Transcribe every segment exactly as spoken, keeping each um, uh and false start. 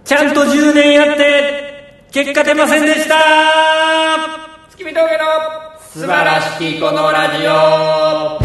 ちゃんとじゅうねんやって結果出ませんでした。 月見峠の素晴らしきこのラジオ。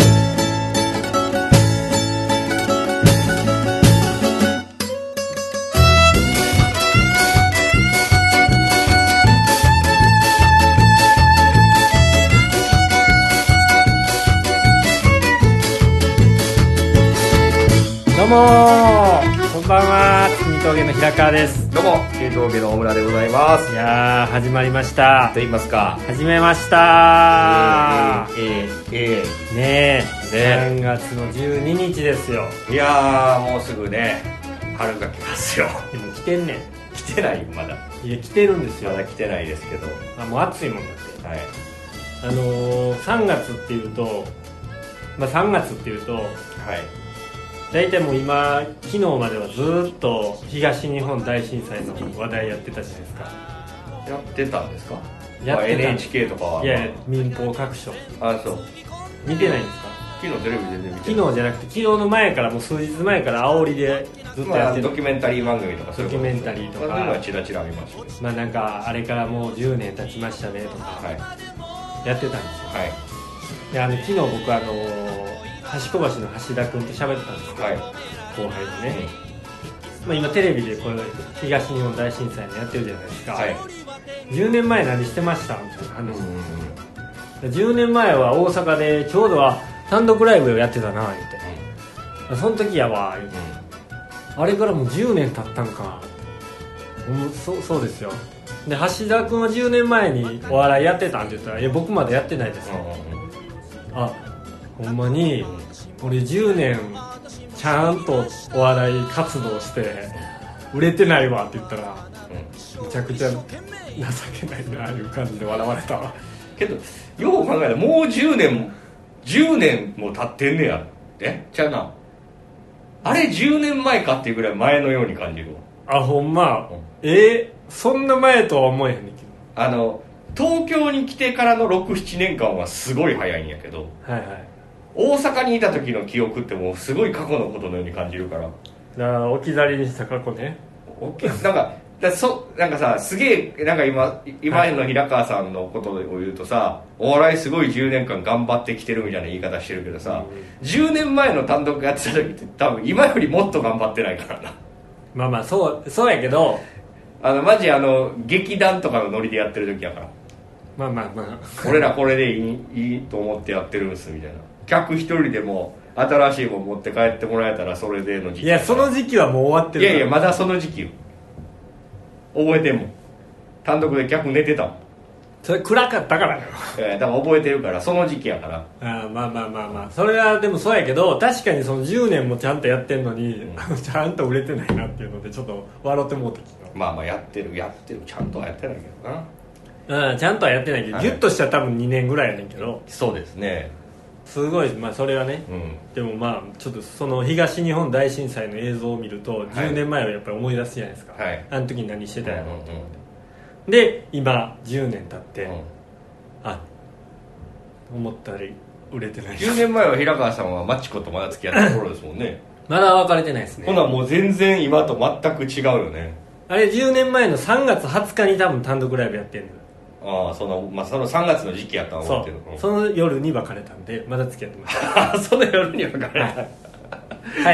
どうもー、こんばんは。月見峠の平川です。 どうも月見峠の大村でございます。 いやー始まりました。 と言いますか、 始めましたー。 えー、えー、えー、ねえ、 ねさんがつのじゅうににちですよ。 ー、いやーもうすぐね春が来ますよ。 でも来てんねん。 来てない。まだいや来てるんですよ。 まだ来てないですけど、 あ、もう暑いもんだって。 はい、 あのー、さんがつっていうと、まあさんがつっていうと、 はい、 大体もう今昨日まではずっと東日本大震災の話題やってたじゃないですか。 やってたんですか。 やってた、 まあ、エヌエイチケー とかは、 いや民放各所あ、そう、 見てないんですか。 昨日テレビ全然見てない。 昨日じゃなくて昨日の前からもう数日前から煽りでずっとやってる、 まあ、ドキュメンタリー番組とかそういうことドキュメンタリーとか、 そういうのはチラチラ見ましたけど、 まあなんかあれからもうじゅうねん経ちましたねとかはいやってたんですよ。 はいであの昨日僕あの端っこ橋の橋田君と喋ってたんですけど、 はい、 後輩でね、まあ、今テレビでこれ東日本大震災のやってるじゃないですか、 はい、 じゅうねんまえ何してましたみたいな話、 うんうん、 じゅうねんまえは大阪でちょうどは単独ライブをやってたな言って、うん、その時やわ言って、うん、あれからもうじゅうねん経ったんかって、うん、そ, そうですよ。で橋田君はじゅうねんまえにお笑いやってたんって言ったら、いや僕まだやってないですよ、うん、あ、ほんまに俺じゅうねんちゃんとお笑い活動して売れてないわって言ったら、うん、めちゃくちゃ情けないなあいう感じで笑われたわ。 けどよう考えたらもうじゅうねんもじゅうねんも経ってんねやってちゃうな、あれじゅうねんまえかっていうぐらい前のように感じるわ。 あ、ほんま、うん、えー、そんな前とは思えへんねんけど、 あの東京に来てからのろく、ななねんかんはすごい早いんやけど、 はいはい、 大阪にいた時の記憶ってもうすごい過去のことのように感じるから。 だから置き去りにした過去ね。 なんかだそなんかさ、すげえなんか今今の平川さんのことを言うとさ、お笑いすごいじゅうねんかん頑張ってきてるみたいな言い方してるけどさ、うん、じゅうねんまえの単独やってた時って多分今よりもっと頑張ってないからな。 まあまあそうそうやけど、 あのマジあの劇団とかのノリでやってる時やから、 まあまあまあ俺らこれでいい、いいと思ってやってるんすみたいな、客一人でも新しいもん持って帰ってもらえたらそれでの時期。 いやその時期はもう終わってるから。 いやいやまだその時期よ、覚えてんもん、単独で客寝てたもん。 それ暗かったからよ。 いやだから覚えてるから、その時期やから。 ああまあまあまあまあ、それはでもそうやけど、確かにそのじゅうねんもちゃんとやってんのに、うん、ちゃんと売れてないなっていうのでちょっと笑ってもうたけど、 まあまあやってるやってるちゃんとはやってないけどな。 うん、ちゃんとはやってないけど、ギュッとしたら多分にねんぐらいやねんけど。 そうですね、 すごい、まあそれはね、うん、でもまあちょっとその東日本大震災の映像を見るとじゅうねんまえをやっぱり思い出すじゃないですか、はい、あの時に何してたやろうと思って、うんうんうん、で今じゅうねん経って、うん、あ、思ったより売れてない。 じゅうねんまえは平川さんはマチコとまだ付き合った頃ですもんね。 まだ別れてないですね。 ほなもう全然今と全く違うよね。 あれじゅうねんまえのさんがつはつかに多分単独ライブやってるのよ。 ああ、その、まあ、そのさんがつの時期やったら思ってる。 そう、うん、その夜に別れたんでまだ付き合ってますその夜に別れた、はい、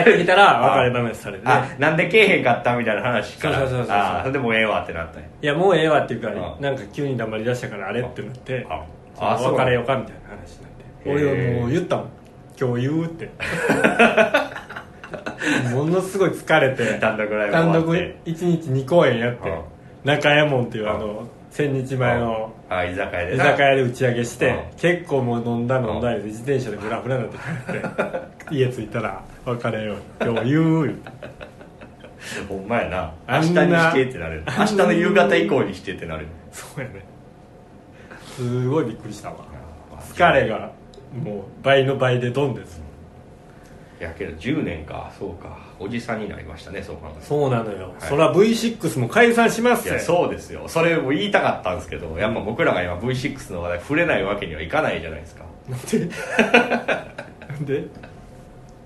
帰ってきたら別れ話されて、ね、 あなんでけえへんかったみたいな話から、 そうそうそうそう、 あそれでもうええわってなったんや。 いやもうええわっていうか、なんか急に黙り出したからあれってなって、ああ別れようかみたいな話になって、俺はもう言ったもん、今日言うってものすごい疲れて単独ライブ単独いちにちにこうえんやって、中右衛門っていうあの千日前の居酒屋で居酒屋で打ち上げして、結構もう飲んだ飲んだで自転車でフラフラになって帰って家着いたら別れよう今日言う言うほんまやな、明日にしてってなる、明日の夕方以降にしてってなる。 そうやね、すごいびっくりしたわ。疲れがもう倍の倍でドンです。 いやけどじゅうねんか、そうか、おじさんになりましたね、そう考えると。 そうなのよ、はい、そりゃ ブイシックス も解散しますよ。 いやそうですよ、それも言いたかったんですけど、やっぱ僕らが今 ブイシックス の話題触れないわけにはいかないじゃないですか。 なんでなんで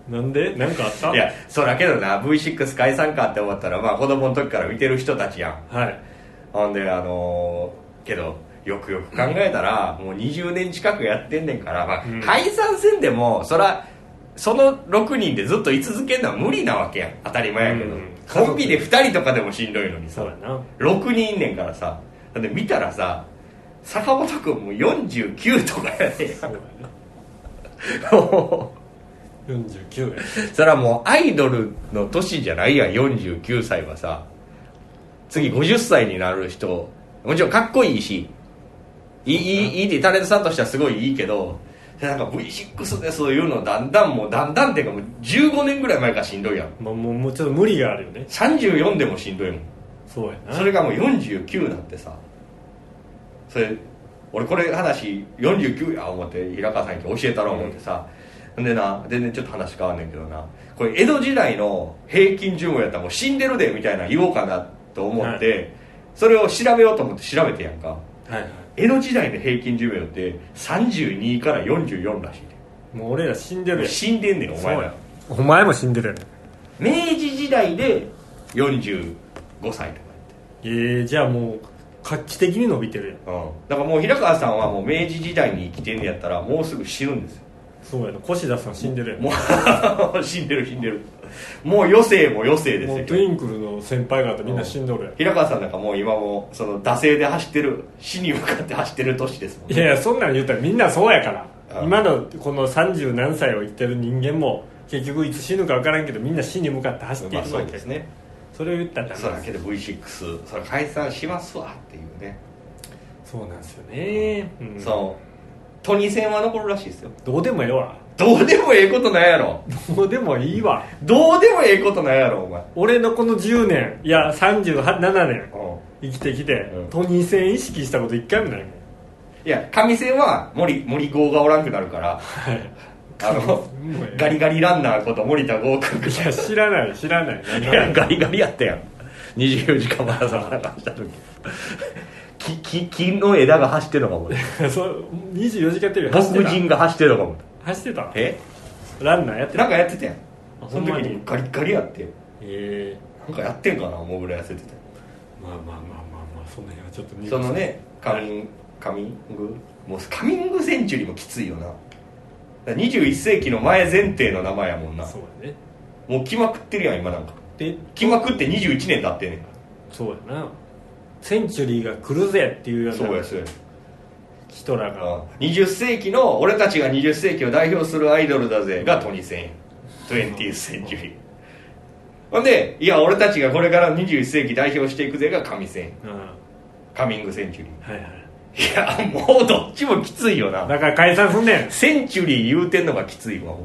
なんでなんかあった？ いやそうだけどな ブイシックス 解散かって思ったら、まあ子供の時から見てる人たちやん。 はい。 ほんであのー、けどよくよく考えたら、うん、もうにじゅうねん近くやってんねんから、まあうん、解散せんでもそらそのろくにんでずっと居続けるのは無理なわけやん。当たり前やけど、うん、コンビでふたりとかでもしんどいのにさ、 そうやな、 ろくにんいんねんからさ。で見たらさ坂本君もよんじゅうきゅうとかやねん。そうやなよんじゅうきゅうや。 それはもうアイドルの年じゃないやん。よんじゅうきゅうさいはさ、次ごじゅっさいになる人、もちろんかっこいいしいい、いい、いいってタレントさんとしてはすごいいいけど、なんか ブイシックス でそういうのだんだんもうだんだんっていうかもうじゅうごねんぐらい前からしんどいやん。 もうもうもうちょっと無理があるよね。 さんじゅうよんでもしんどいもん。 そうやな。 それがもうよんじゅうきゅうなんてさ、それ俺これ話よんじゅうきゅうや思って平川さんに教えたら思ってさ、うん、でな全然ちょっと話変わんねんけどな、これ江戸時代の平均寿命やったらもう死んでるでみたいな言おうかなと思って、はい、それを調べようと思って調べてやんか、はいはい、江戸時代の平均寿命ってさんじゅうにからよんじゅうよんらしいで。 もう俺ら死んでるやん。 死んでんねんお前ら。 お前も死んでるやん。 明治時代でよんじゅうごさいとかえー、じゃあもう画期的に伸びてるやん、 うん、だからもう平川さんはもう明治時代に生きてんねやったらもうすぐ死ぬんですよ。 そうやな、越田さん死んでるやん。 もう死んでる死んでる。もう余生も余生ですよ。 もうトゥインクルの先輩方みんな死んどるやん、うん、 平川さんなんかもう今もその惰性で走ってる、死に向かって走ってる年ですもんね。 いやいやそんなん言ったらみんなそうやから、うん、今のこのさんじゅう何歳を生きてる人間も結局いつ死ぬか分からんけどみんな死に向かって走っているわけ、まあ、そうですね。それを言ったらダメです。 そうだけど ブイシックス それ解散しますわっていうね。 そうなんですよね、 うん、そう都議選は残るらしいですよ。 どうでもええわ。 どうでもええことないやろ。 どうでもいいわ。 どうでもええことないやろお前。 俺のこのじゅうねんいやさんじゅうななねん生きてきて、うん、都議選意識したこと一回もないもん。 いや上選は森森剛がおらんくなるから、はい、あのガリガリランナーこと森田剛君。 いや知らない知らない。 いやガリガリやったやんにじゅうよじかんマラソンなんかした時木, 木, 木の枝が走ってるのかもそうにじゅうよじかんテレビ走ってた。牧人が走ってるのかも。 走ってた。 えランナーやってた。 なんかやってたやん。その時にガリガリやって。 えー、なんかやってんかな思うぐらい痩せてた。 まあまあまあまあまあその辺はちょっとそのねカミンカミングもうカミングセンチュリーもきついよな。にじゅういっせいきの前前提の名前やもんな。 そうやね。 もう来まくってるやん今なんか。で来まくってにじゅういちねん経ってんねん。 そうやな。センチュリーが来るぜっていうようなそうやそうや人らがにじゅっせいきの俺たちがにじゅっせいきを代表するアイドルだぜがトニセントゥエンティーセンチュリーほんでいや俺たちがこれからにじゅういっせいき代表していくぜが神セン、うん、カミングセンチュリー、はいはい、いやもうどっちもきついよな。 だから解散すんねん。 センチュリー言うてんのがきついわ。うん、うん、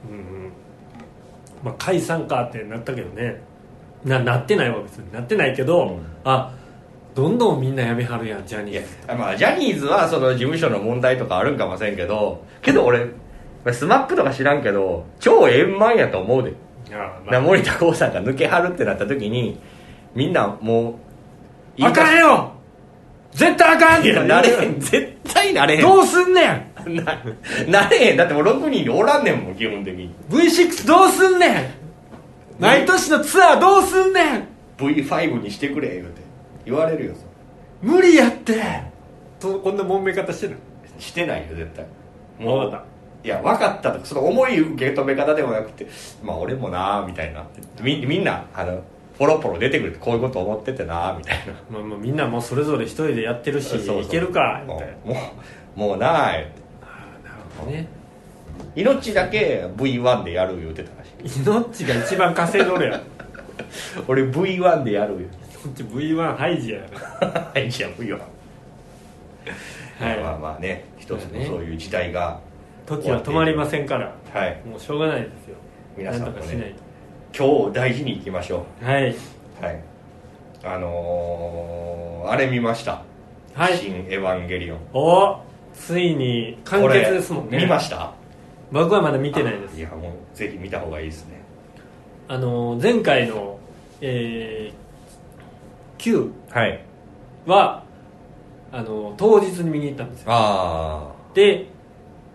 まあ解散かってなったけどね。な, なってないわ別になってないけど、うん、あどんどんみんな辞めはるやんジャニーズ。 まあジャニーズはその事務所の問題とかあるんかもしれんけどけど俺スマップとか知らんけど超円満やと思うで。あ、まあ、森田剛さんが抜けはるってなった時にみんなもうあかんよ絶対あかんってなれへん。絶対なれへん。 どうすんねんな, なれへん。だってもうろくにんおらんねんもん基本的に。 ブイシックス どうすんねん。毎年のツアーどうすんねん。 ブイファイブ にしてくれ言うて言われるよ。 無理やってとこんなもんめ方してる。 してないよ絶対。 もう分かった。 いや分かったとかその重い受け止め方でもなくてまあ俺もなーみたいな み, みんなあのポロポロ出てくるこういうこと思っててなーみたいな、 まあ、まあみんなもうそれぞれ一人でやってるしそうそういけるかみたいな。 もうもうなーって。ああなるほどね。命だけ ブイワン でやる言うてたらしい。 命が一番稼いどるやん俺 ブイワン でやるよ。 ブイワン ハイジやハイジや ブイワン はい、まあまあね一つのそういう時代が時は止まりませんから、 はい、 もうしょうがないですよ。 皆さんもね今日を大事にいきましょう。はい、 はい、あのー、あれ見ました、はい、新エヴァンゲリオン。 おついに完結ですもんね。 見ました？ 僕はまだ見てないです。 いやもうぜひ見た方がいいですね。 あのー、前回の、えー、きゅうは、はい、あのー、当日に見に行ったんですよ。 あで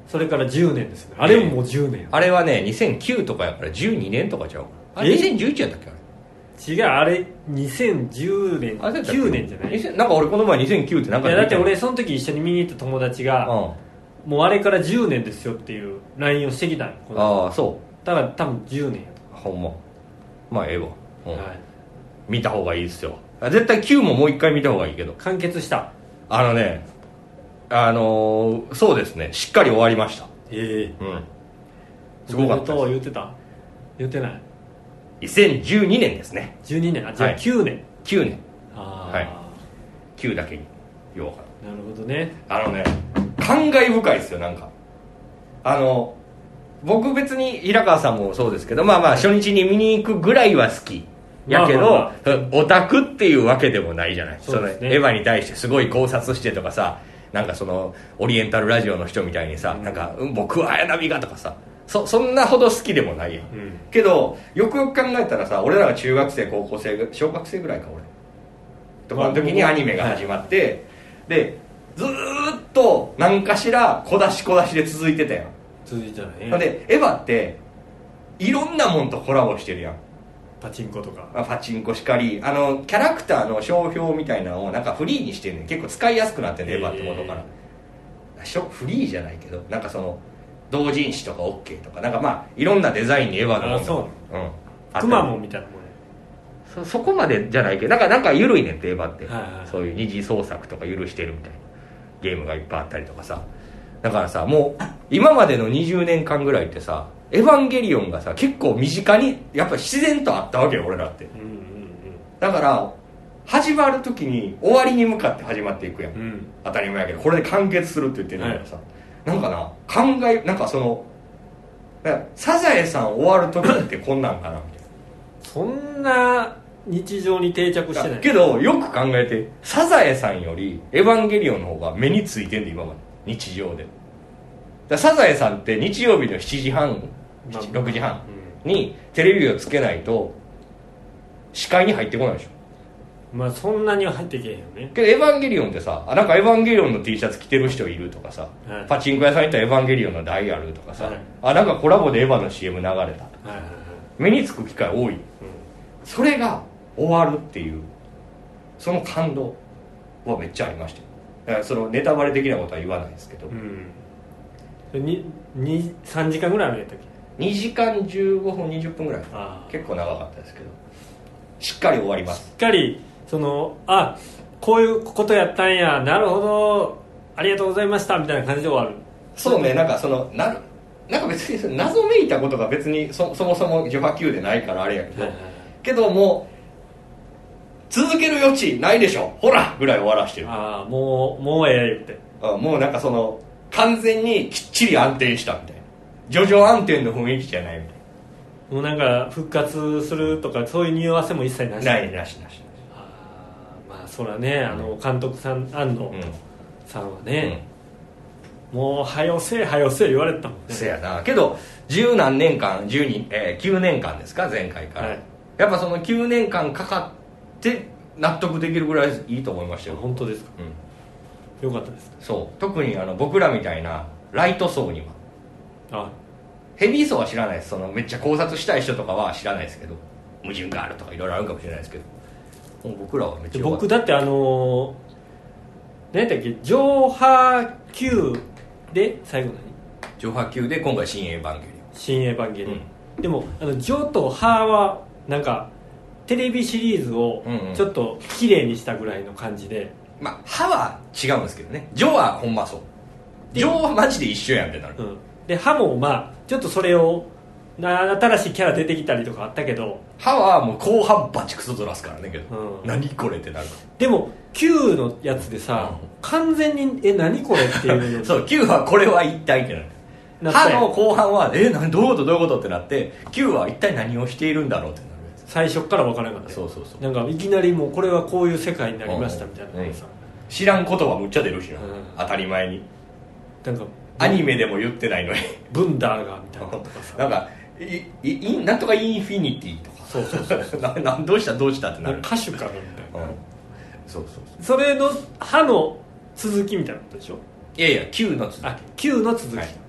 それからじゅうねんですね。あれももうじゅうねんや。 あれはねにせんきゅうとかやからじゅうにねんとかちゃうあれえにせんじゅういちやったっけあれ違う、あれにせんじゅうねんあれきゅうねんじゃない？ なんか俺この前にせんきゅうってなんかいやだって俺その時一緒に見に行った友達が、うん、もうあれからじゅうねんですよっていう ライン をしてきたの。 ああそうだから多分じゅうねんやと。 ほんままあええわ、うん、 はい、 見た方がいいですよ。絶対きゅうももう一回見た方がいいけど。 完結した。 あのねあのー、そうですねしっかり終わりました。 ええー、 うんすごかったです。 言ってた言ってない。 にせんじゅうにねんですね。 じゅうにねん、あじゃあきゅうねん、はい、 きゅうねん。 ああ、 はい、きゅうだけにようかなるほどね。 あのね感慨深いですよ。なんかあの僕別に平川さんもそうですけどまあまあ初日に見に行くぐらいは好きやけど、まあまあまあ、オタクっていうわけでもないじゃない。 そうですね、 そのエヴァに対してすごい考察してとかさ、なんかそのオリエンタルラジオの人みたいにさ、うん、なんか、うん、僕は綾波がとかさ そ, そんなほど好きでもないやん、うん、けどよくよく考えたらさ俺らが中学生高校生小学生ぐらいか俺とかの時にアニメが始まって、はい、でずーっと何かしら小出し小出しで続いてたやん。 続いてたね。 でエヴァっていろんなもんとコラボしてるやん。 パチンコとかパチンコしかりあのキャラクターの商標みたいなのをなんかフリーにしてるねん。結構使いやすくなってんねエヴァって元からフリーじゃないけどなんかその同人誌とか OK とかなんかまあいろんなデザインにエヴァのものとかくまモンみたいなもんね。 そ, そこまでじゃないけどなんかなんか緩いねんってエヴァって、 はいはい、 そういう二次創作とか許してるみたいなゲームがいっぱいあったりとかさ。だからさもう今までのにじゅうねんかんぐらいってさエヴァンゲリオンがさ結構身近にやっぱ自然とあったわけよ俺らって、うんうんうん、だから始まる時に終わりに向かって始まっていくやん、うん、当たり前やけどこれで完結するって言ってるんだからさ、はい、なんかな考えなんかそのサザエさん終わる時ってこんなんかなみたいなそんな日常に定着してないけどよく考えてサザエさんよりエヴァンゲリオンの方が目についてんで今まで日常で。だサザエさんって日曜日のしちじはんろくじはんにテレビをつけないと視界に入ってこないでしょ。 まあそんなには入ってけへんよね。 けどエヴァンゲリオンってさなんかエヴァンゲリオンの T シャツ着てる人いるとかさ、はい、パチンコ屋さん行ったらエヴァンゲリオンの台あるとかさ、はい、あなんかコラボでエヴァの シーエム 流れた、はいはいはい、目につく機会多い、うん、それが終わるっていうその感動はめっちゃありましたよ。だからそのネタバレ的なことは言わないですけど、うんににさんじかんぐらいあるんやったっけ。にじかんじゅうごふんにじゅっぷんぐらい結構長かったですけどしっかり終わります。 しっかりそのあこういうことやったんやなるほどありがとうございましたみたいな感じで終わる。 そうねなんかそのななんか別に謎めいたことが別に そ, そもそも呪波級でないからあれやけど、はいはい、けどもう続ける余地ないでしょほらぐらい終わらしてる。 ああもうもうええ言ってあもうなんかその完全にきっちり安定したみたいな叙々暗転の雰囲気じゃないみたいな。もうなんか復活するとかそういう匂わせも一切なしないなしなし。 あまあそらねあの監督さん安野さんはね、うん、もうはよせえはよせえ言われてたもんね。 せやなけど十何年間じゅうに、えー、きゅうねんかんですか前回から、はい、やっぱそのきゅうねんかんかかって納得できるぐらいいいと思いましたよ。 本当ですか、うんよかったです。 そう特にあの僕らみたいなライト層にはあヘビー層は知らないです。そのめっちゃ考察したい人とかは知らないですけど矛盾があるとかいろいろあるかもしれないですけどもう僕らはめっちゃ僕だってあのー、何やったっけ上波級で最後何上波級で今回新エヴァンゲリオン新エヴァンゲリオン、うん、でもあの上と波はなんかテレビシリーズをちょっと綺麗にしたぐらいの感じで、うんうんまあ、歯は違うんですけどね。ジョはほんまそうジョはマジで一緒やんってなる、うん、 で歯もまあちょっとそれを新しいキャラ出てきたりとかあったけど歯はもう後半バチクソずらすからねけど、うん、何これってなるからでもきゅうのやつでさ、うん、完全にえ何これっていうそうきゅうはこれは一体ってなる歯の後半はえ何どういうことどういうことってなってきゅうは一体何をしているんだろうってなる最初から分からなかったそうそうそうなんかいきなりもうこれはこういう世界になりましたみたいな、うんうん、 知らん言葉むっちゃ出るしな、うん、当たり前になんかアニメでも言ってないのにブンダーがみたいなとかさなんかいいなんとかインフィニティとかそうそうそうそうななどうしたどうしたってなる歌手かなみたいな、うん、 そうそうそうそれの歯の続きみたいなことでしょ。 いやいやきゅうの続きあきゅうの続き、はい、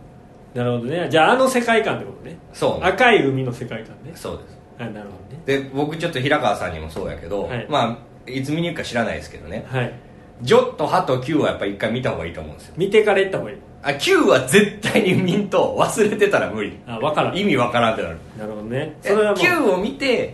なるほどね。じゃああの世界観ってことね。 そうね、 赤い海の世界観ね。 そうです。 あ、なるほどね。 で僕ちょっと平川さんにもそうやけど、 はい、 まあいつ見に行くか知らないですけどね、 はい、 ジョとハと Q はやっぱり一回見た方がいいと思うんですよ。 見てから行った方がいい。 あ Q は絶対に見んと忘れてたら無理。 あ、分からん。 意味分からんってなる。 なるほどね。それはもう Q を見て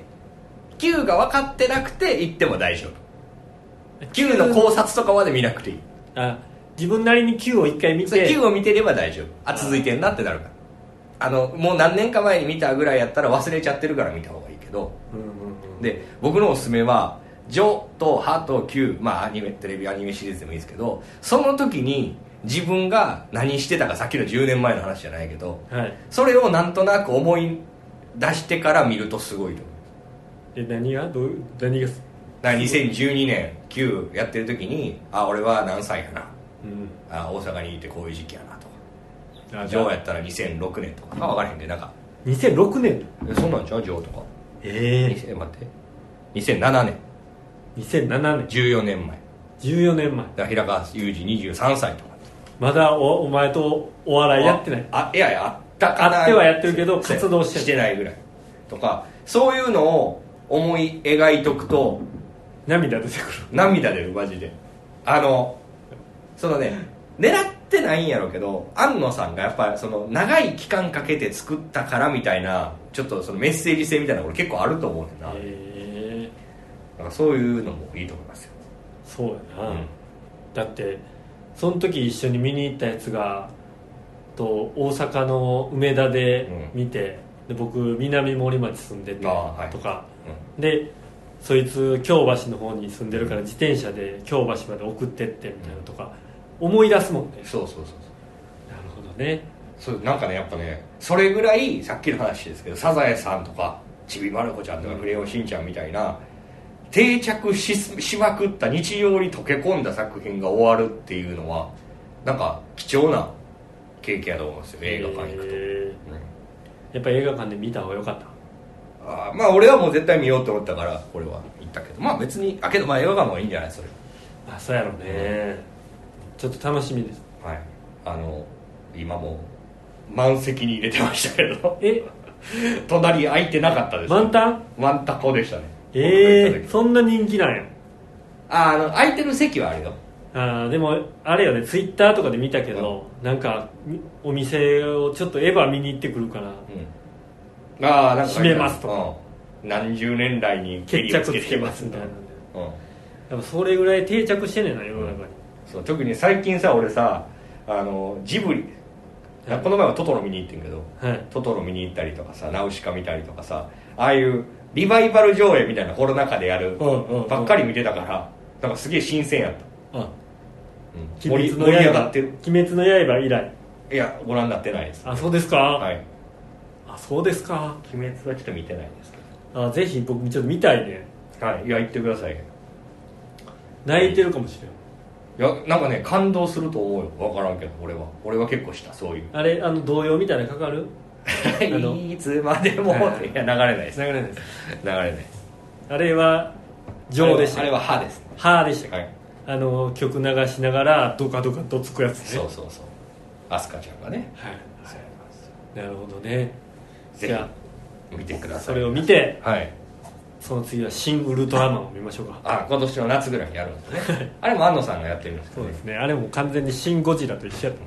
Q が分かってなくて行っても大丈夫。 Q の考察とかまで見なくていい。 あ、自分なりに Q を一回見て Q を見てれば大丈夫。あ、続いてんなってなるから。あのもう何年か前に見たぐらいやったら忘れちゃってるから見た方がいいけど、 うんうんうん、 で僕のおすすめはジョとハと Q、まあアニメテレビアニメシリーズでもいいですけど、その時に自分が何してたか、さっきのじゅうねんまえの話じゃないけど、 はい、 それをなんとなく思い出してから見るとすごいと思う。 え、何がどう何がだからにせんじゅうにねん Q やってる時に、あ俺は何歳やな、 うん、 あ大阪にいてこういう時期やなとか、 あジョーやったらにせんろくねんとか、あ分からへんけどなんかにせんろくねんえそんなんちゃうジョーとか。 ええー、待ってにせんななねんにせんななねんじゅうよねんまえじゅうよねんまえだから平川裕二にじゅうさんさいとか。 まだ お, お前とお笑いやってない。 あいやいやあったかな。 あってはやってるけど活動してないしてないぐらいとか、そういうのを思い描いとくと涙出てくる。 涙出るマジで。あのそのね狙ってないんやろうけど、庵野さんがやっぱりその長い期間かけて作ったからみたいな、ちょっとそのメッセージ性みたいなのこれ結構あると思うねんな。 へだからそういうのもいいと思いますよ。 そうやな、 うん、 だってその時一緒に見に行ったやつがと大阪の梅田で見て、うん、で僕南森町住んでてとか、はいうん、でそいつ京橋の方に住んでるから自転車で京橋まで送ってってみたいなとか思い出すもんね。 そうそうそうそう。 なるほどね。 そうなんかねやっぱねそれぐらいさっきの話ですけど、サザエさんとかちびまる子ちゃんとかクレヨンしんちゃんみたいな定着 し, しまくった日常に溶け込んだ作品が終わるっていうのはなんか貴重な経験やと思うんですよ、映画館行くと、うん、 やっぱ映画館で見た方が良かった。 あまあ俺はもう絶対見ようと思ったからこれは行ったけど、まあ別にあけどまあ映画館の方がいいんじゃないそれ。 あそうやろうね、うん、ちょっと楽しみです。 はい、あの今も満席に入れてましたけどえ隣空いてなかったです、ね、 満タン満タコでしたね。 ええー、そんな人気なんや。 ああの空いてる席はあるよ。 あでもあれよね、ツイッターとかで見たけど、うん、なんかお店をちょっとエヴァ見に行ってくるから、 うん、ああなんか閉めますとか、 うん、何十年来に決着つけますみたいな、 うん、 やっぱそれぐらい定着してんねんな世の中に、うん、 そう特に最近さ俺さあのジブリ、はい、この前はトトロ見に行ってんけど、はい、トトロ見に行ったりとかさナウシカ見たりとかさ、ああいうリバイバル上映みたいなコロナ禍でやるばっかり見てたから、なんかすげえ新鮮やった、うんうん、 盛り上がってる。鬼滅の刃以来いやご覧になってないです。 あそうですか、 はい、 あそうですか。 鬼滅はちょっと見てないですけど、あぜひ僕ちょっと見たいね。 はい、いや言ってください。 泣いてるかもしれん。 いやなんかね感動すると思うよ。分からんけど俺は俺は結構したそういうあれあの童謡みたいなのかかるいつまでも、はい、いや流れないです流れないです流れないです。 あれは情でした。 あれは歯です、ね、 歯でした、 はい、 あの曲流しながらドカドカとつくやつね。 そうそうそうアスカちゃんがね、 はい、はい、なるほどね。 ぜひ見てください。 それを見て、 はい、 その次は新ウルトラマンを見ましょうか。 あ今年の夏ぐらいにやるんですねあれも安野さんがやってるんですけど、 ね、そうですね。あれも完全に新ゴジラと一緒やった、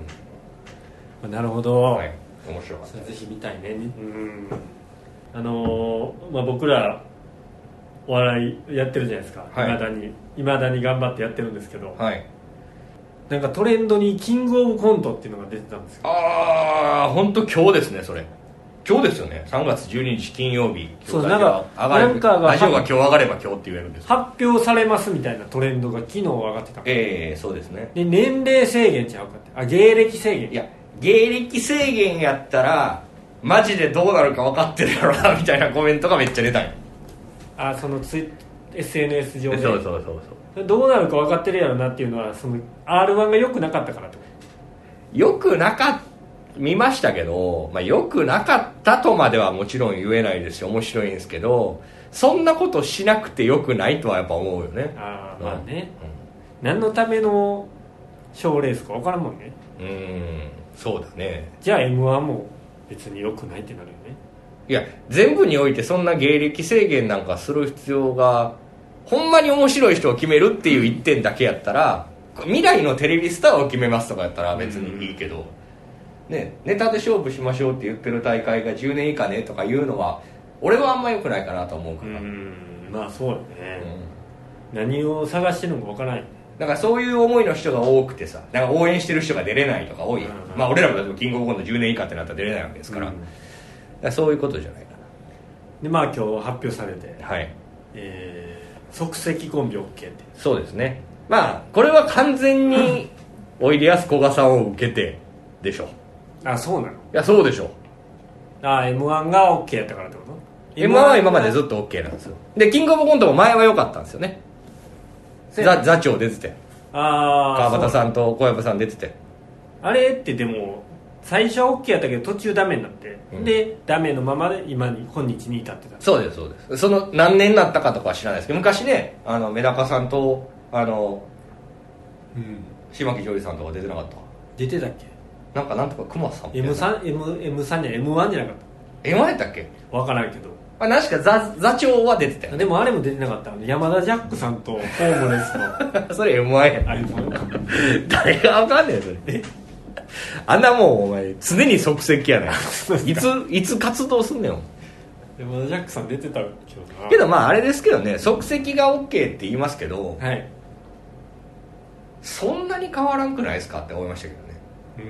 うんまあ、なるほど、はい、 面白かった。 ぜひ見たいね。うんあのーまあ、僕らお笑いやってるじゃないですか。いま、はい、だにいまだに頑張ってやってるんですけど、 はい、 なんかトレンドにキングオブコントっていうのが出てたんですよ。 ああ本当今日ですね。それ今日ですよね。さんがつじゅうににち金曜日。 そうなんかなんかがラジオが今日上がれば今日って言えるんです。 発表されますみたいなトレンドが昨日上がってた。 ええー、そうですね。 で年齢制限ちゃうかって。あ芸歴制限。 いや芸歴制限やったらマジでどうなるか分かってるやろなみたいなコメントがめっちゃ出たんよ。 あそのツイ エスエヌエス 上でそうそうそうそうどうなるか分かってるやろなっていうのはその アールワン が良くなかったからってこと。 良くなかった見ましたけど、まあ、良くなかったとまではもちろん言えないですし面白いんですけど、そんなことしなくて良くないとはやっぱ思うよね。 ああまあね、うん、何のための賞レースか分からんもんね。 うんそうだね。 じゃあ エムワン も別に良くないってなるよね。 いや全部においてそんな芸歴制限なんかする必要が、ほんまに面白い人を決めるっていう一点だけやったら、未来のテレビスターを決めますとかやったら別にいいけど、ね、ネタで勝負しましょうって言ってる大会がじゅうねん以下ねとかいうのは俺はあんま良くないかなと思うから。 うん、まあそうだね、うん、何を探してるのか分からない。 だからそういう思いの人が多くてさ、なんか応援してる人が出れないとか多い、うんうん、まあ俺らもキングオブコントじゅうねん以下ってなったら出れないわけですから、うん、だからそういうことじゃないかな。 でまあ今日発表されて、 はい、 えー、即席コンビ OK って。 そうですね。まあこれは完全においでやすこがさんを受けてでしょ。 あ、そうなの。いやそうでしょ。 あ、 エムワン が OK やったからってこと。 エムワン は今までずっと OK なんですよ。でキングオブコントも前は良かったんですよね。座, 座長出てて、 あ川端さんと小籔さん出てて、 あれってでも最初は OK やったけど途中ダメになって、うん、でダメのままで今に今日に至ってた。 そうですそうです。その何年になったかとかは知らないですけど、昔ね、あのメダカさんとあの、うん、島木ジョージさんとか出てなかった。 出てたっけ。 なんかなんとか熊さんエムスリー M, エムスリー じゃ エムワン じゃなかった。 エムワン やったっけ。 分からんけど、 あ、確か 座, 座長は出てたよ。 でもあれも出てなかった。山田ジャックさんとホームレスのそれ エムワン や。 あれ誰が分かんねえそれ。あんなもんお前常に即席やないいついつ活動すんねん。 山田ジャックさん出てたけどな。 けどまああれですけどね、即席が OK って言いますけど、 はい、 そんなに変わらんくないですかって思いましたけどね。 うん、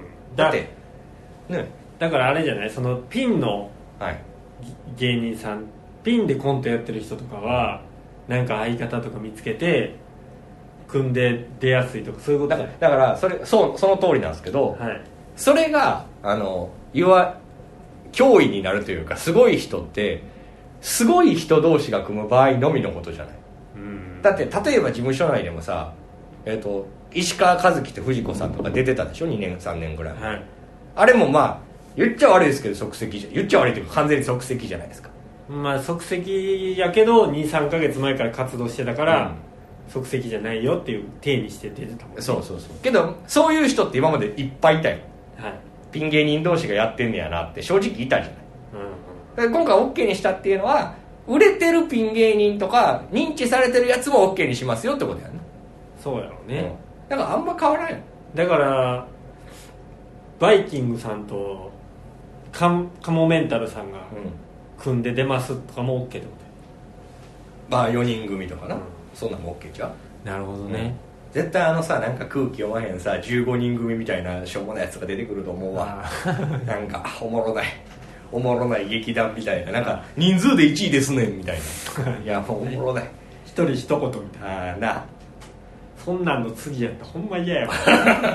だってね、 だからあれじゃない、そのピンの芸人さん、はい、ピンでコントやってる人とかはなんか相方とか見つけて組んで出やすいとかそういうことだから、だからそれ そ, その通りなんですけど、はい、それがあの要は脅威になるというか、すごい人ってすごい人同士が組む場合のみのことじゃない。うん、だって例えば事務所内でもさ、えーと、石川和樹と藤子さんとか出てたでしょ、にねんさんねんぐらい、はい、あれもまあ言っちゃ悪いですけど即席じゃ、言っちゃ悪いというか完全に即席じゃないですか。 まあ即席やけど にさんかげつまえから活動してたから、うん、即席じゃないよっていう体にして出てたもんね。 そうそうそう。けどそういう人って今までいっぱいいたよ、はい、ピン芸人同士がやってんねやなって正直いたじゃない、うんうん、今回 OK にしたっていうのは、売れてるピン芸人とか認知されてるやつも OK にしますよってことやね。 そうやろうね、 うん、だからあんま変わらんよ。 だからバイキングさんとカモメンタルさんが組んで出ますとかも OK ってこと。 まあよにん組とかな、うん、そんなんも OK ちゃう。 なるほどね、 うん、絶対あのさ、なんか空気読まへんさじゅうごにん組みたいなしょうもないやつが出てくると思うわなんかおもろないおもろない劇団みたいな、なんか人数でいちいですねんみたいないやもうおもろない一人一言みたいな。 ああな、 そんなんの次やったらほんま嫌やわ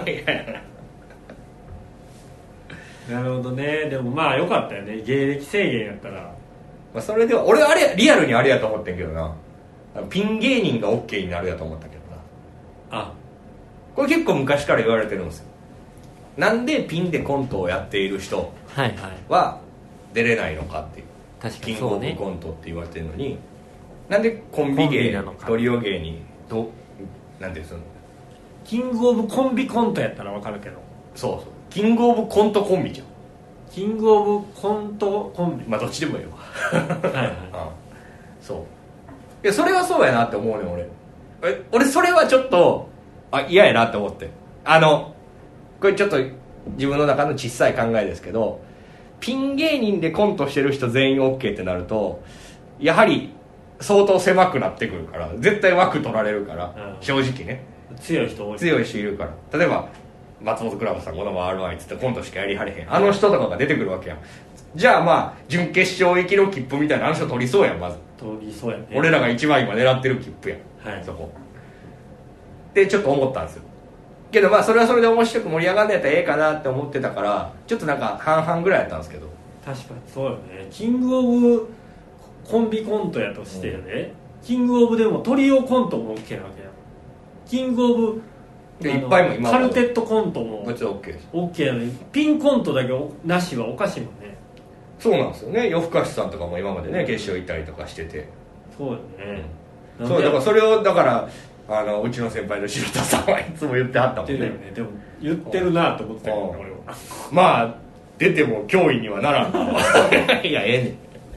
なるほどね。でもまあよかったよね、芸歴制限やったら。 まあ、それでは俺あれリアルにあれやと思ってんけどな、ピン芸人が OK になるやと思ったけどな。あ、これ結構昔から言われてるんですよ。なんでピンでコントをやっている人は出れないのかっていう、 確かにキングオブコントって言われてるのに、なんでコンビ芸トリオ芸にどなんていうの、 キングオブコンビコントやったら分かるけど、 そうそう、キングオブコントコンビじゃん。 キングオブコントコンビ、 まあどっちでもいいわはいはい、うん、 そういやそれはそうやなって思うねん俺。え俺それはちょっとあ嫌やなって思って、あのこれちょっと自分の中の小さい考えですけど、ピン芸人でコントしてる人全員 OK ってなるとやはり相当狭くなってくるから、絶対枠取られるから、うん、正直ね、 強い人多い、 強い人いるから。例えば松本クラブさんこのまま アールワン っつってコントしかやりはれへんあの人とかが出てくるわけやん。じゃあまあ準決勝行きの切符みたいなあの人取りそうやん。まず取りそうやね、 俺らが一番今狙ってる切符やん、はい、そこでちょっと思ったんですよ。けどまあそれはそれで面白く盛り上がんのやったらええかなって思ってたから、ちょっとなんか半々ぐらいやったんですけど。 確かにそうよね。キングオブコンビコントやとしてやね、うん、キングオブでもトリオコントも OK なわけや。キングオブでいっぱいも今カルテットコントも OK です。 OK やのにピンコントだけなしはおかしいもんね。 そうなんですよね。夜更かしさんとかも今までね決勝行ったりとかしてて。 そうよね、 うん、そうだからそれをだからあのうちの先輩の白田さんはいつも言ってはったもんね。 言ってるよね。でも言ってるなと思ってたけどね、俺は。 まあ出ても脅威にはならんな。いやええねん。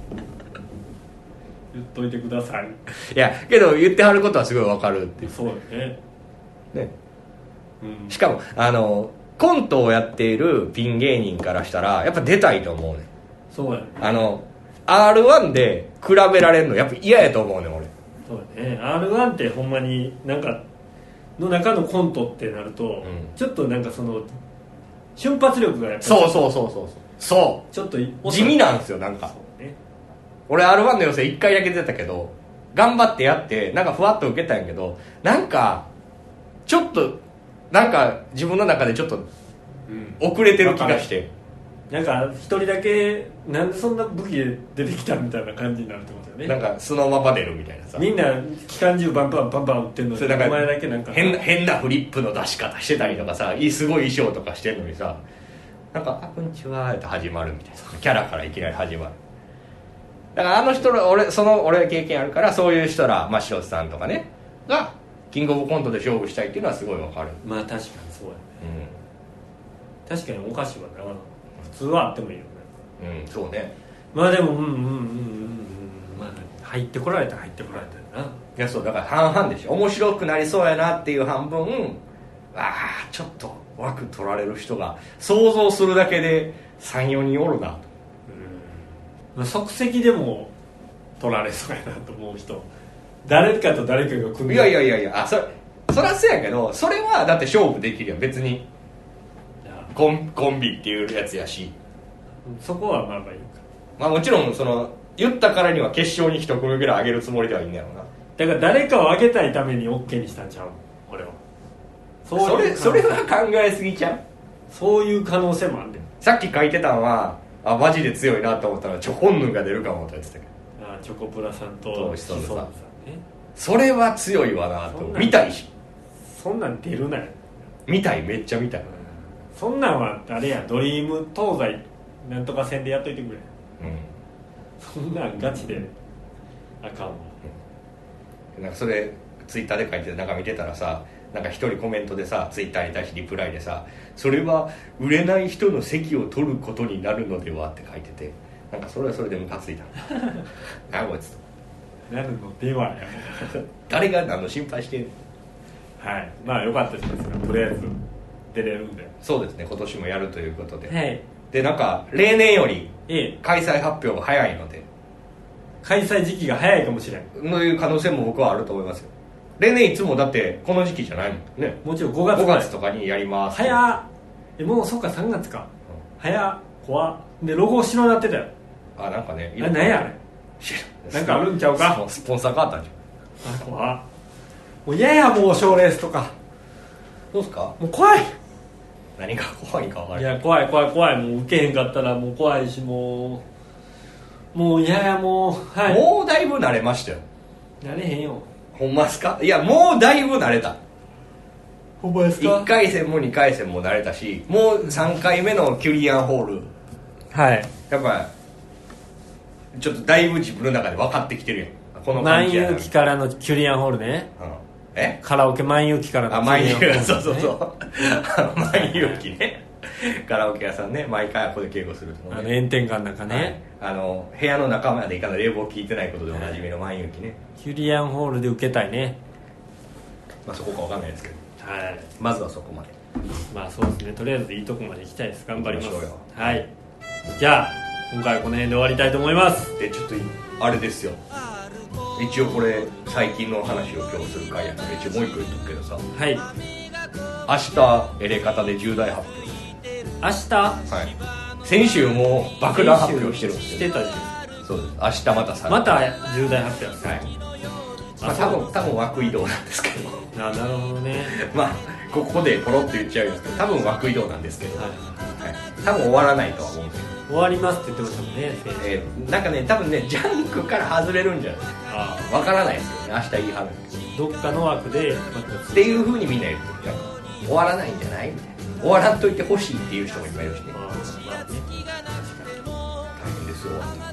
言っといてください。 いやけど言ってはることはすごいわかるっていう。 そうよね。 ね。 うん、 しかもあのコントをやっているピン芸人からしたらやっぱ出たいと思うね。 そうやね。 あの アールワン で比べられるのやっぱ嫌やと思うね俺。 そうやね。アールワン ってほんまになんかの中のコントってなると、うん、ちょっとなんかその瞬発力がやっぱりそうそうそうそうそうちょっと地味なんですよなんか、ね、俺 アールワン の予選いっかいだけ出たけど頑張ってやってなんかふわっと受けたんやけどなんかちょっとなんか自分の中でちょっと遅れてる気がして、 うん、なんか一人だけなんでそんな武器で出てきたみたいな感じになるってことよね。 なんか素のまま出るみたいなさ、 みんな機関銃バンバンバンバン撃ってんのにお前だけなんか変な変なフリップの出し方してたりとかさ、すごい衣装とかしてんのにさ、なんか「あこんにちは」って始まるみたいなキャラからいきなり始まる。だからあの人ら俺その俺経験あるからそういう人ら、まあ、塩津さんとかねがキングオブコントで勝負したいっていうのはすごいわかる。 まあ確かにそうやね、うん、確かにお菓子はな普通はあってもいいよね。 うんそうね。まあでもうんうんうんうんうんまあ入ってこられたら入ってこられたよな。 いやそうだから半々でしょ。面白くなりそうやなっていう半分、ああちょっと枠取られる人が想像するだけで さんよにんおるなと。 うん即席でも取られそうやなと思う人誰かと誰かが組む。いやいやいやいやあそそりゃそうやけどそれはだって勝負できるやん別にコン、コンビっていうやつやしそこはまあまあいいか。 まあもちろんその言ったからには決勝に一組ぐらい上げるつもりではいいんだよな。 だから誰かを上げたいために OK にしたんちゃう俺は。 そういうそれそれは考えすぎちゃう。 そういう可能性もあるんだよ。 さっき書いてたのはあマジで強いなと思ったらチョコンヌが出るかもと言ってたけど、 あチョコプラさんとシソンヌさん、ね、 それは強いわなと見たいしそんなん出るなよ。 見たいめっちゃ見たい、うん、 そんなんはあれやドリーム東西なんとか戦でやっといてくれ、うん、そんなんガチであかんわ、 うん、なんかそれツイッターで書いてなんか見てたらさなんか一人コメントでさツイッターに対してリプライでさそれは売れない人の席を取ることになるのではって書いててなんかそれはそれでムカついた何こいつなるのではや誰が何の心配してんの。 はいまあよかったですがとりあえず出れるんでそうですね今年もやるということで、 はい、 でなんか例年よりええ開催発表が早いので開催時期が早いかもしれんのいう可能性も僕はあると思いますよ。例年いつもだってこの時期じゃないもんね。 もちろんごがつごがつとかにやります。 早っえもうそっかさんがつか、うん、早っ怖っでロゴ白なってたよ。 あなんかねあれ何やあれなんかあるんちゃうかスポンサー変わったんじゃん。あ怖っもう嫌やもう賞レースとかどうすかもう怖い何が怖いか分からない。 いや怖い怖い怖いもう受けへんかったらもう怖いしもうもう嫌やもう、はい、 もうだいぶ慣れましたよ。 慣れへんよほんまっすか。いやもうだいぶ慣れた。 ほんまですか。 いっかい戦もにかい戦も慣れたしもうさんかいめのキュリアンホールはいやっぱちょっとだいぶ自分の中で分かってきてるやんこの感じやな。 万有期からのキュリアンホールね、 うん、えカラオケ万有期からのキュリアンホール、 ね、そうそうそう万有期ねカラオケ屋さんね毎回ここで稽古すると、ね、 あの炎天下の中ね、 はい、あの部屋の中まで行かない冷房効いてないことでおなじみの万有期ね、 キュリアンホールで受けたいね。 まあそこか分かんないですけど、 はい、 まずはそこまで。まあそうですねとりあえずいいとこまで行きたいです。頑張ります。 行きましょうよ。 はいじゃあ今回はこの辺で終わりたいと思います。 でちょっとあれですよ一応これ最近の話を今日する回やから一応もう一個言っとくけどさはい明日エレカタで重大発表。 明日はい先週も爆弾発表してるんですよ。 してたじゃん。 そうです明日またさまた重大発表です。 はいまあ、多分多分枠移動なんですけどあなるほどねまあここでポロッと言っちゃうんですけど多分枠移動なんですけど、はいはい、多分終わらないとは思うんですけど終わりますって言ってましたもんね、 えー、なんかね多分ねジャンクから外れるんじゃないですか。ああ分からないですよね明日言い張るんですけどどっかの枠でまたっていう風にみんな言ってる。終わらないんじゃないみたいな終わらんといてほしいっていう人もいっぱいいるしね。ああまあね大変ですよ。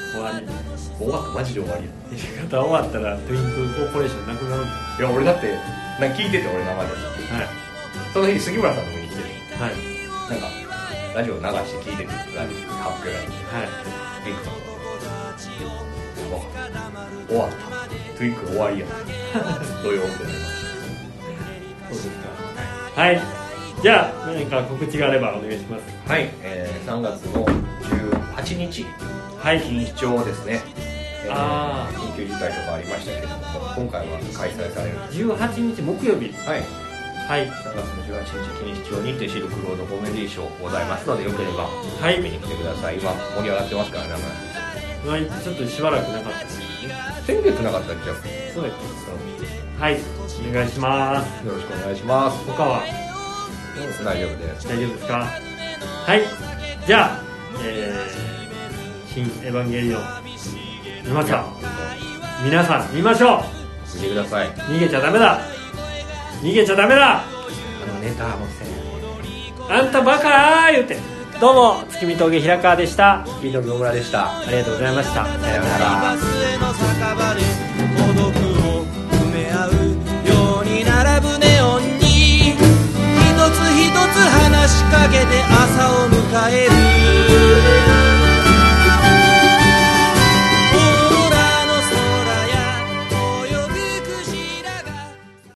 終わり。 終わったマジで終わりや。 生き方終わったらトゥインクルコーポレーションなくなるんだ。 いや俺だってなんか聞いてて俺生ではいその日杉村さんの見に来てるはいなんかラジオ流して聞いててラジオ発表があってはいビッグさん終わったトゥインクル終わりや土曜ってなりました。 そうですか。はい、じゃあ何か告知があればお願いします。 はい、えー、さんがつのじゅうはちにちはい錦糸町ですね、えー、 あー緊急事態とかありましたけども今回は開催されるじゅうはちにち木曜日。 はいはいさんがつのじゅうはちにち錦糸町にてシルクロードコメディーショーございますのでよければはい見に来てください。今盛り上がってますからね。 まあちょっとしばらくなかったですね。 先月なかったんじゃん。 そうです。はいお願いします。 よろしくお願いします。 他は大丈夫です。 大丈夫ですか。はいじゃあ、えー、新エヴァンゲリオン見ました皆さん見ましょう。 見てください。 逃げちゃダメだ逃げちゃダメだあのネタもせんあんたバカー言うて。どうも月見峠平川でした。 飯野野村でした。 ありがとうございました。 さようなら。